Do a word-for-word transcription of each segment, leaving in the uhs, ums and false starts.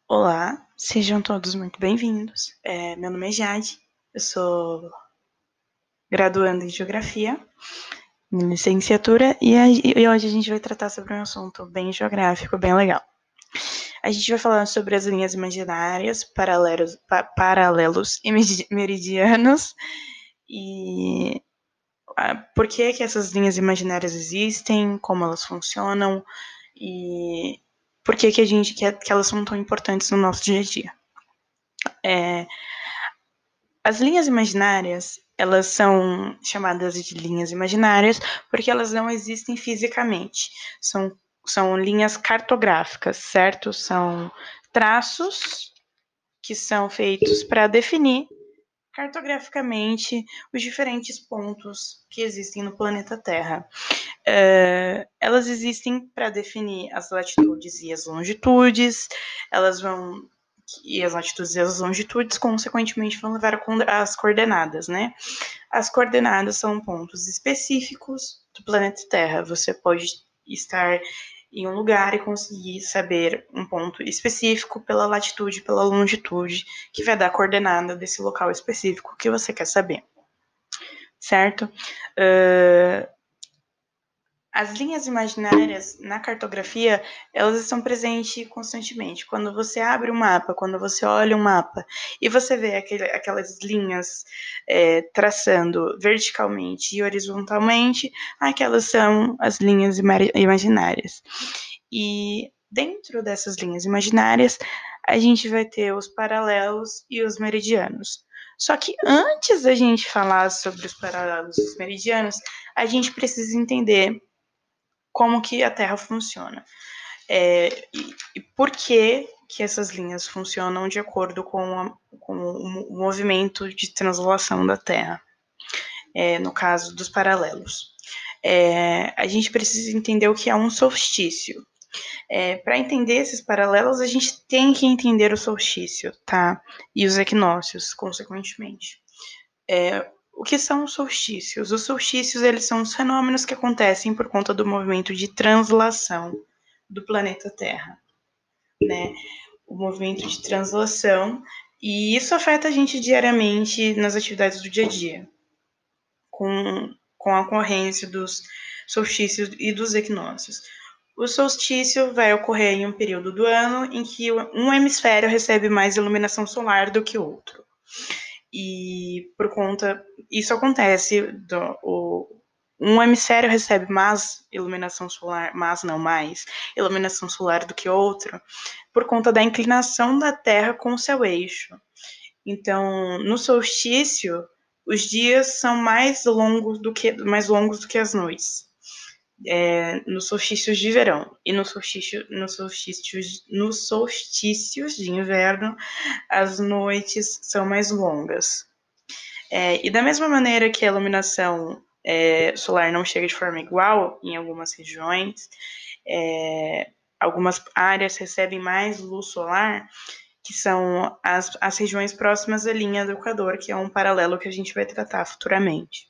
Olá, sejam todos muito bem-vindos. É, meu nome é Jade, eu sou graduanda em Geografia, em licenciatura, e, a, e hoje a gente vai tratar sobre um assunto bem geográfico, bem legal. A gente vai falar sobre as linhas imaginárias, paralelos, pa, paralelos e meridianos, e a, por que, que essas linhas imaginárias existem, como elas funcionam, e por que, que a gente quer que elas são tão importantes no nosso dia a dia. É, As linhas imaginárias, elas são chamadas de linhas imaginárias porque elas não existem fisicamente. São, são linhas cartográficas, certo? São traços que são feitos para definir cartograficamente os diferentes pontos que existem no planeta Terra. Uh, elas existem para definir as latitudes e as longitudes, elas vão e as latitudes e as longitudes, consequentemente, vão levar as coordenadas, né? As coordenadas são pontos específicos do planeta Terra. Você pode estar em um lugar e conseguir saber um ponto específico pela latitude, pela longitude, que vai dar a coordenada desse local específico que você quer saber, certo? Uh, As linhas imaginárias na cartografia, elas estão presentes constantemente. Quando você abre um mapa, quando você olha um mapa e você vê aquele, aquelas linhas é, traçando verticalmente e horizontalmente, aquelas são as linhas imaginárias. E dentro dessas linhas imaginárias, a gente vai ter os paralelos e os meridianos. Só que antes da gente falar sobre os paralelos e os meridianos, a gente precisa entender como que a Terra funciona. É, e, e por que que essas linhas funcionam de acordo com, a, com o movimento de translação da Terra, é, no caso dos paralelos. É, a gente precisa entender o que é um solstício. É, Para entender esses paralelos, a gente tem que entender o solstício, tá? E os equinócios, consequentemente. É, o que são os solstícios? Os solstícios, eles são os fenômenos que acontecem por conta do movimento de translação do planeta Terra, né? O movimento de translação, e isso afeta a gente diariamente nas atividades do dia a dia, com, com a ocorrência dos solstícios e dos equinócios. O solstício vai ocorrer em um período do ano em que um hemisfério recebe mais iluminação solar do que o outro. E por conta. Isso acontece. Do, o, um hemisfério recebe mais iluminação solar, mais não mais, iluminação solar do que outro, por conta da inclinação da Terra com o seu eixo. Então, no solstício, os dias são mais longos do que, mais longos do que as noites. É, nos solstícios de verão e nos solstícios, no solstícios, nos solstícios de inverno, as noites são mais longas. É, e da mesma maneira que a iluminação é, solar não chega de forma igual em algumas regiões, é, algumas áreas recebem mais luz solar, que são as, as regiões próximas à linha do Equador, que é um paralelo que a gente vai tratar futuramente.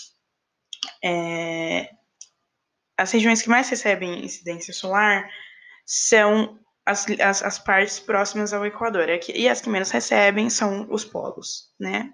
É, as regiões que mais recebem incidência solar são as, as, as partes próximas ao Equador, e as que menos recebem são os polos, né?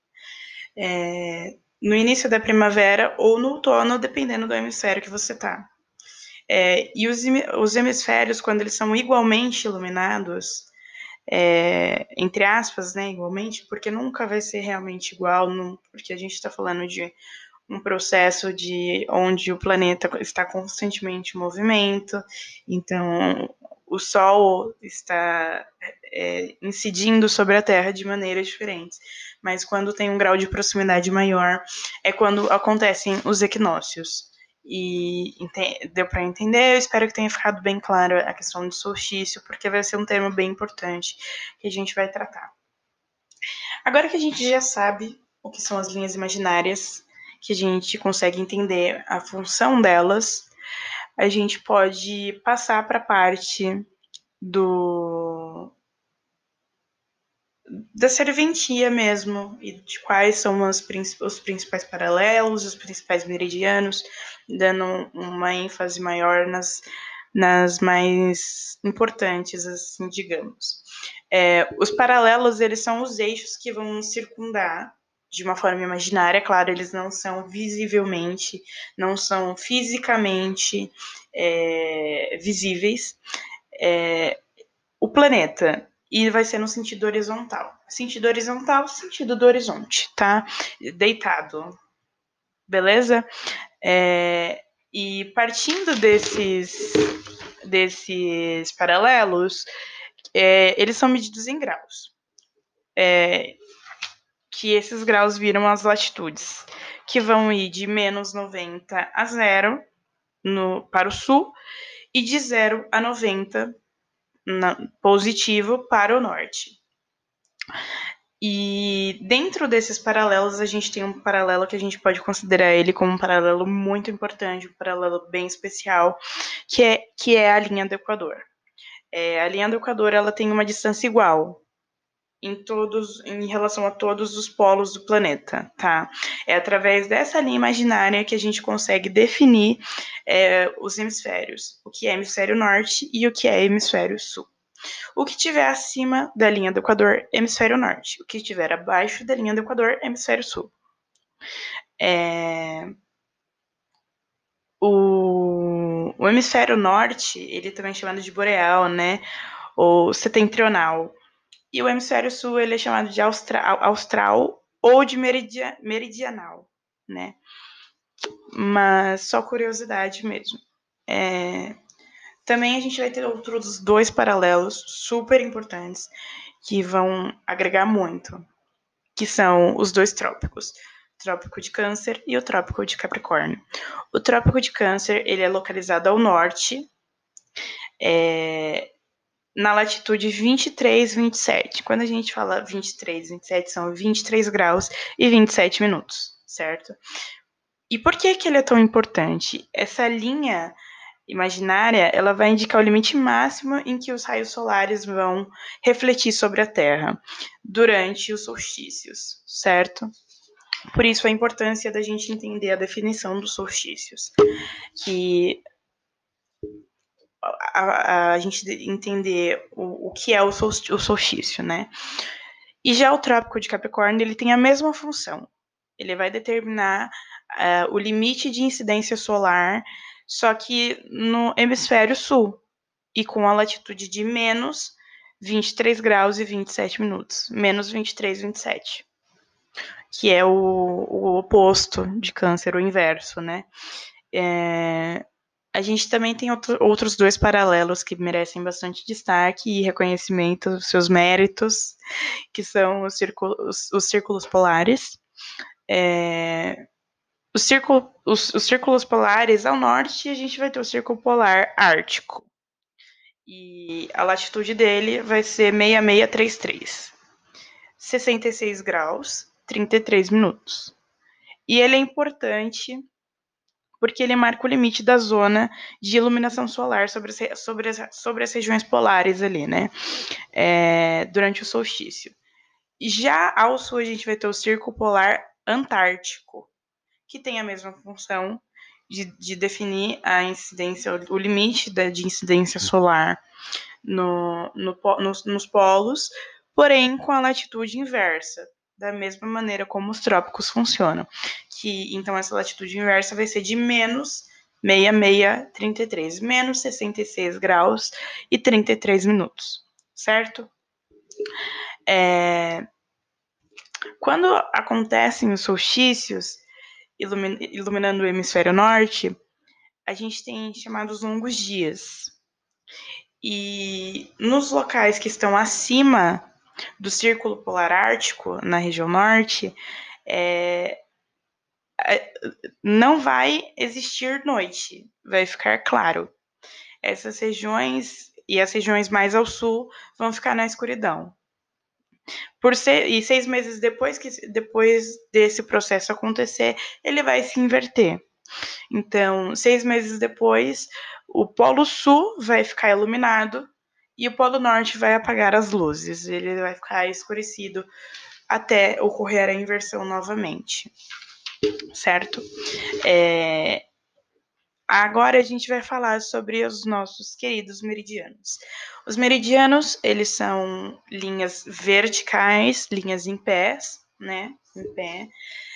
É, no início da primavera ou no outono, dependendo do hemisfério que você está. É, e os, os hemisférios, quando eles são igualmente iluminados, é, entre aspas, né, igualmente, porque nunca vai ser realmente igual, não, porque a gente está falando de um processo de onde o planeta está constantemente em movimento, então o Sol está é, incidindo sobre a Terra de maneiras diferentes. Mas quando tem um grau de proximidade maior, é quando acontecem os equinócios. E deu para entender, eu espero que tenha ficado bem claro a questão do solstício, porque vai ser um tema bem importante que a gente vai tratar. Agora que a gente já sabe o que são as linhas imaginárias, que a gente consegue entender a função delas, a gente pode passar para a parte do da serventia mesmo, e de quais são os, os principais paralelos, os principais meridianos, dando uma ênfase maior nas, nas mais importantes, assim, digamos. É, os paralelos, eles são os eixos que vão circundar de uma forma imaginária, claro, eles não são visivelmente, não são fisicamente é, visíveis, é, o planeta. E vai ser no sentido horizontal. Sentido horizontal, sentido do horizonte, tá? Deitado. Beleza? É, e partindo desses, desses paralelos, é, eles são medidos em graus. É, que esses graus viram as latitudes, que vão ir de menos noventa a zero no, para o sul, e de zero a noventa na, positivo para o norte. E dentro desses paralelos, a gente tem um paralelo que a gente pode considerar ele como um paralelo muito importante, um paralelo bem especial, que é, que é a linha do Equador. É, a linha do Equador, ela tem uma distância igual em todos, em relação a todos os polos do planeta, tá? É através dessa linha imaginária que a gente consegue definir é, os hemisférios, o que é hemisfério norte e o que é hemisfério sul. O que estiver acima da linha do Equador, hemisfério norte. O que estiver abaixo da linha do Equador, hemisfério sul. É... O... o hemisfério norte, ele também é chamado de boreal, né? Ou setentrional. E o hemisfério sul, ele é chamado de austral, austral ou de meridia, meridianal, né? Mas só curiosidade mesmo. É... Também a gente vai ter outros dois paralelos super importantes que vão agregar muito, que são os dois trópicos, o trópico de Câncer e o trópico de Capricórnio. O trópico de Câncer, ele é localizado ao norte, é, na latitude vinte e três, vinte e sete. Quando a gente fala vinte e três, vinte e sete, são vinte e três graus e vinte e sete minutos, certo? E por que que ele é tão importante? Essa linha imaginária, ela vai indicar o limite máximo em que os raios solares vão refletir sobre a Terra durante os solstícios, certo? Por isso a importância da gente entender a definição dos solstícios, que a, a, a gente entender o, o que é o solstício, né? E já o trópico de Capricórnio, ele tem a mesma função. Ele vai determinar uh, o limite de incidência solar, só que no hemisfério sul, e com a latitude de menos vinte e três graus e vinte e sete minutos. Menos vinte e três, vinte e sete. Que é o, o oposto de Câncer, o inverso, né? É, a gente também tem outro, outros dois paralelos que merecem bastante destaque e reconhecimento dos seus méritos, que são os círculos, os círculos polares. É, os, círculo, os, os círculos polares, ao norte, a gente vai ter o círculo polar ártico. E a latitude dele vai ser seis mil seiscentos e trinta e três. sessenta e seis graus, trinta e três minutos. E ele é importante porque ele marca o limite da zona de iluminação solar sobre as, sobre as, sobre as regiões polares ali, né? É, durante o solstício. Já ao sul, a gente vai ter o Círculo Polar Antártico, que tem a mesma função de, de definir a incidência, o limite da, de incidência solar no, no, nos, nos polos, porém com a latitude inversa, da mesma maneira como os trópicos funcionam. Que, então, essa latitude inversa vai ser de menos seis mil seiscentos e trinta e três, menos sessenta e seis graus e trinta e três minutos, certo? É, quando acontecem os solstícios, ilumin, iluminando o hemisfério norte, a gente tem chamados longos dias. E nos locais que estão acima do Círculo Polar Ártico, na região norte, é, não vai existir noite, vai ficar claro. Essas regiões e as regiões mais ao sul vão ficar na escuridão. Por ser, e seis meses depois, que, depois desse processo acontecer, ele vai se inverter. Então, seis meses depois, o Polo Sul vai ficar iluminado e o Polo Norte vai apagar as luzes. Ele vai ficar escurecido até ocorrer a inversão novamente, certo? É, Agora a gente vai falar sobre os nossos queridos meridianos. Os meridianos, eles são linhas verticais, linhas em pés, né? Em pé.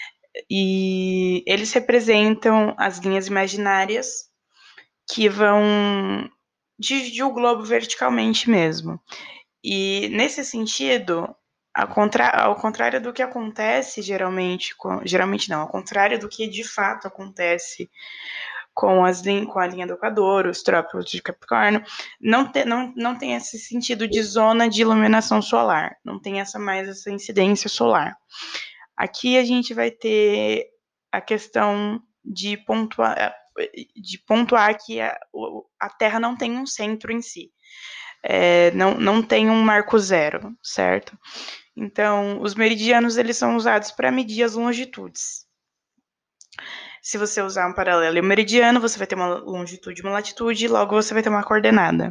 E eles representam as linhas imaginárias que vão dividir o globo verticalmente mesmo. E nesse sentido, ao, contra ao contrário do que acontece geralmente, com, geralmente não, ao contrário do que de fato acontece com, as com a linha do Equador, os trópicos de Capricórnio, não, te, não, não tem esse sentido de zona de iluminação solar, não tem essa mais essa incidência solar. Aqui a gente vai ter a questão de pontuar, de pontuar que a, a Terra não tem um centro em si, é, não, não tem um marco zero, certo? Então, os meridianos eles são usados para medir as longitudes. Se você usar um paralelo e um meridiano, você vai ter uma longitude e uma latitude, e logo você vai ter uma coordenada.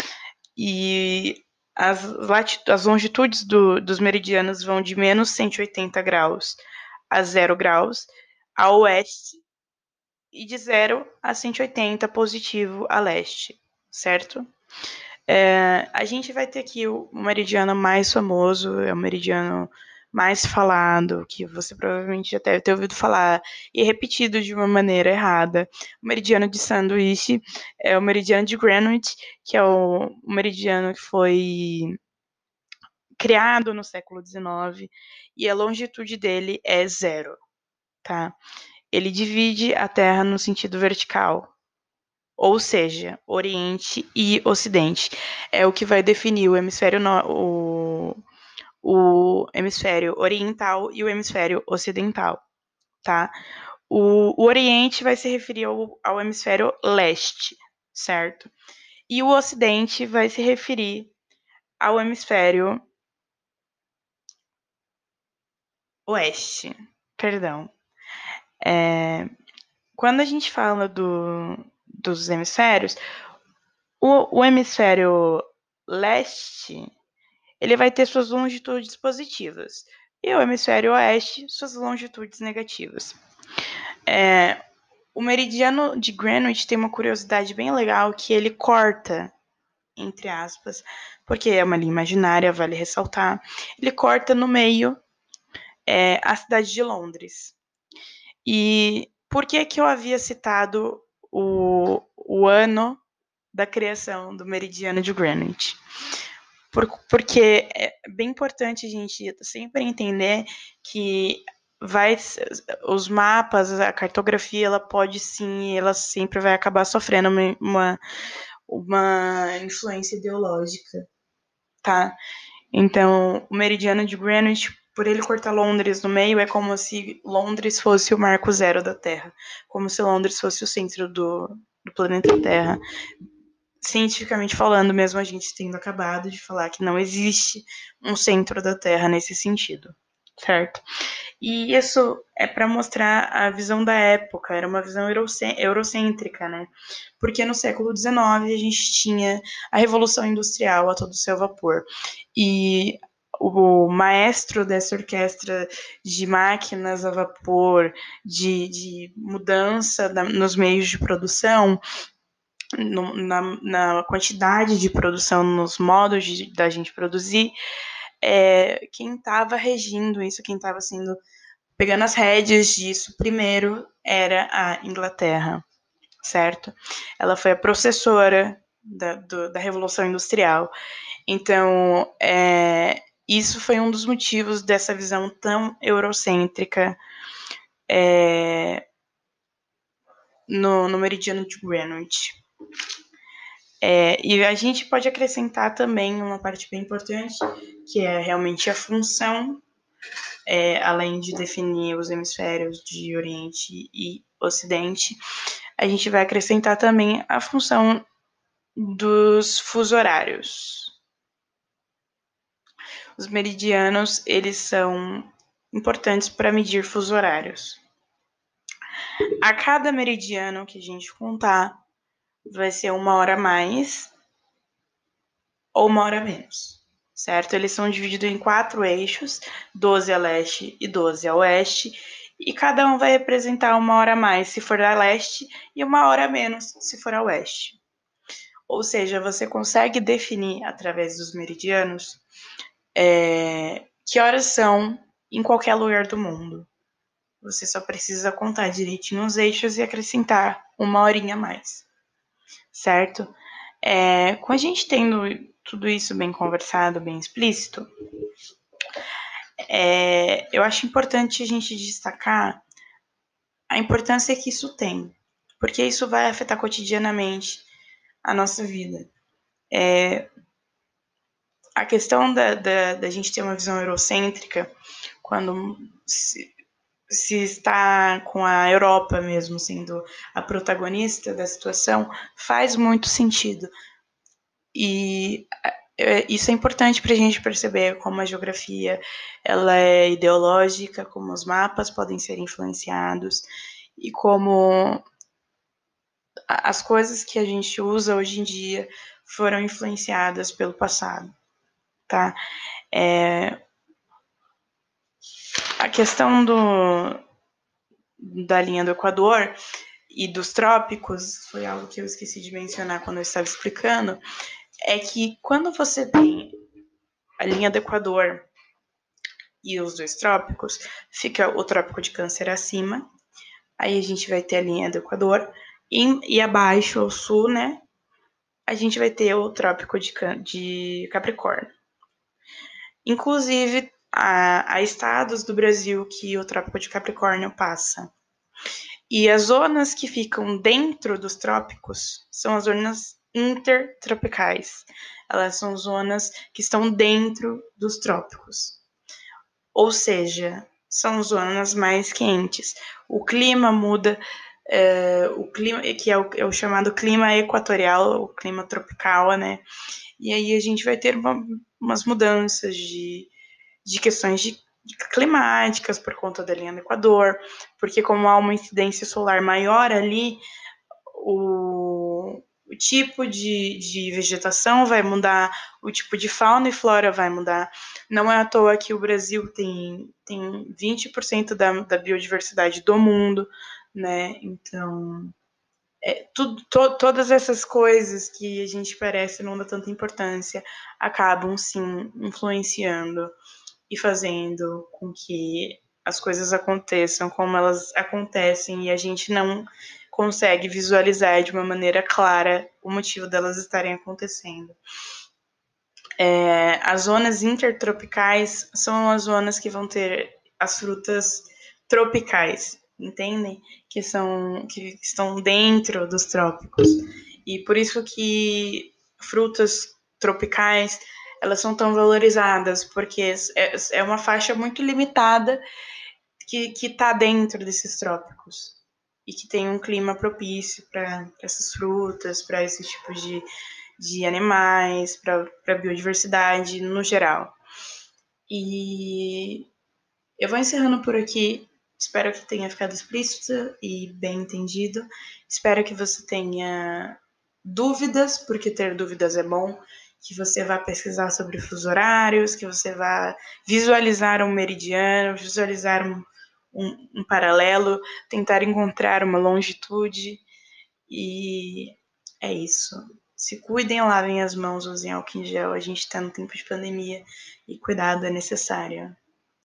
E as, as longitudes do, dos meridianos vão de menos cento e oitenta graus a zero graus a oeste e de zero a cento e oitenta positivo a leste, certo? É, a gente vai ter aqui o meridiano mais famoso, é o meridiano mais falado, que você provavelmente já deve ter ouvido falar e repetido de uma maneira errada. O meridiano de sanduíche é o meridiano de Greenwich, que é o meridiano que foi criado no século dezenove, e a longitude dele é zero, tá? Ele divide a Terra no sentido vertical, ou seja, Oriente e Ocidente. É o que vai definir o hemisfério, no, o, o hemisfério oriental e o hemisfério ocidental, tá? O, o Oriente vai se referir ao, ao hemisfério leste, certo? E o Ocidente vai se referir ao hemisfério oeste, perdão. É, quando a gente fala do, dos hemisférios, o, o hemisfério leste ele vai ter suas longitudes positivas e o hemisfério oeste suas longitudes negativas. É, o meridiano de Greenwich tem uma curiosidade bem legal que ele corta, entre aspas, porque é uma linha imaginária, vale ressaltar, ele corta no meio é, a cidade de Londres. E por que que eu havia citado o, o ano da criação do meridiano de Greenwich? Por, porque é bem importante a gente sempre entender que vai, os mapas, a cartografia, ela pode sim, ela sempre vai acabar sofrendo uma, uma, uma influência ideológica, tá? Então, o meridiano de Greenwich, por ele cortar Londres no meio, é como se Londres fosse o marco zero da Terra, como se Londres fosse o centro do, do planeta Terra. Cientificamente falando, mesmo a gente tendo acabado de falar que não existe um centro da Terra nesse sentido, certo? E isso é para mostrar a visão da época, era uma visão eurocêntrica, né? Porque no século dezenove a gente tinha a Revolução Industrial a todo seu vapor. E o maestro dessa orquestra de máquinas a vapor, de, de mudança da, nos meios de produção, no, na, na quantidade de produção, nos modos de, da gente produzir, é, quem estava regindo isso, quem estava sendo pegando as rédeas disso primeiro era a Inglaterra, certo? Ela foi a processora da, do, da Revolução Industrial. Então, é, isso foi um dos motivos dessa visão tão eurocêntrica é, no, no meridiano de Greenwich. É, e a gente pode acrescentar também uma parte bem importante, que é realmente a função, é, além de definir os hemisférios de Oriente e Ocidente, a gente vai acrescentar também a função dos fuso horários. Os meridianos, eles são importantes para medir fuso horários. A cada meridiano que a gente contar, vai ser uma hora a mais ou uma hora a menos, certo? Eles são divididos em quatro eixos, doze a leste e doze a oeste, e cada um vai representar uma hora a mais se for a leste e uma hora a menos se for a oeste. Ou seja, você consegue definir através dos meridianos é, que horas são em qualquer lugar do mundo. Você só precisa contar direitinho os eixos e acrescentar uma horinha a mais, certo? É, com a gente tendo tudo isso bem conversado, bem explícito, é, eu acho importante a gente destacar a importância que isso tem, porque isso vai afetar cotidianamente a nossa vida. É, a questão da, da, da gente ter uma visão eurocêntrica, quando se, se está com a Europa mesmo sendo a protagonista da situação, faz muito sentido. E isso é importante para a gente perceber como a geografia ela é ideológica, como os mapas podem ser influenciados e como as coisas que a gente usa hoje em dia foram influenciadas pelo passado, tá? É, a questão do, da linha do Equador e dos trópicos foi algo que eu esqueci de mencionar quando eu estava explicando, é que quando você tem a linha do Equador e os dois trópicos, fica o trópico de Câncer acima, aí a gente vai ter a linha do Equador, e, e abaixo, ao sul, né, a gente vai ter o trópico de, de Capricórnio. Inclusive, há, há estados do Brasil que o trópico de Capricórnio passa. E as zonas que ficam dentro dos trópicos são as zonas intertropicais. Elas são zonas que estão dentro dos trópicos. Ou seja, são zonas mais quentes. O clima muda, é, o clima, que é o, é o chamado clima equatorial, o clima tropical, né? E aí a gente vai ter uma, umas mudanças de, de questões de, de climáticas por conta da linha do Equador, porque como há uma incidência solar maior ali, o, o tipo de, de vegetação vai mudar, o tipo de fauna e flora vai mudar. Não é à toa que o Brasil tem, tem vinte por cento da, da biodiversidade do mundo, né? Então, é, tudo, to, todas essas coisas que a gente parece não dar tanta importância acabam, sim, influenciando e fazendo com que as coisas aconteçam como elas acontecem e a gente não consegue visualizar de uma maneira clara o motivo delas estarem acontecendo. É, as zonas intertropicais são as zonas que vão ter as frutas tropicais, entendem? Que são que estão dentro dos trópicos. E por isso que frutas tropicais elas são tão valorizadas, porque é, é uma faixa muito limitada que está dentro desses trópicos e que tem um clima propício para essas frutas, para esses tipos de, de animais, para a biodiversidade no geral. E eu vou encerrando por aqui. Espero que tenha ficado explícito e bem entendido. Espero que você tenha dúvidas, porque ter dúvidas é bom. Que você vá pesquisar sobre fuso horários, que você vá visualizar um meridiano, visualizar um, um, um paralelo, tentar encontrar uma longitude. E é isso. Se cuidem, lavem as mãos, usem álcool em gel. A gente está no tempo de pandemia e cuidado é necessário.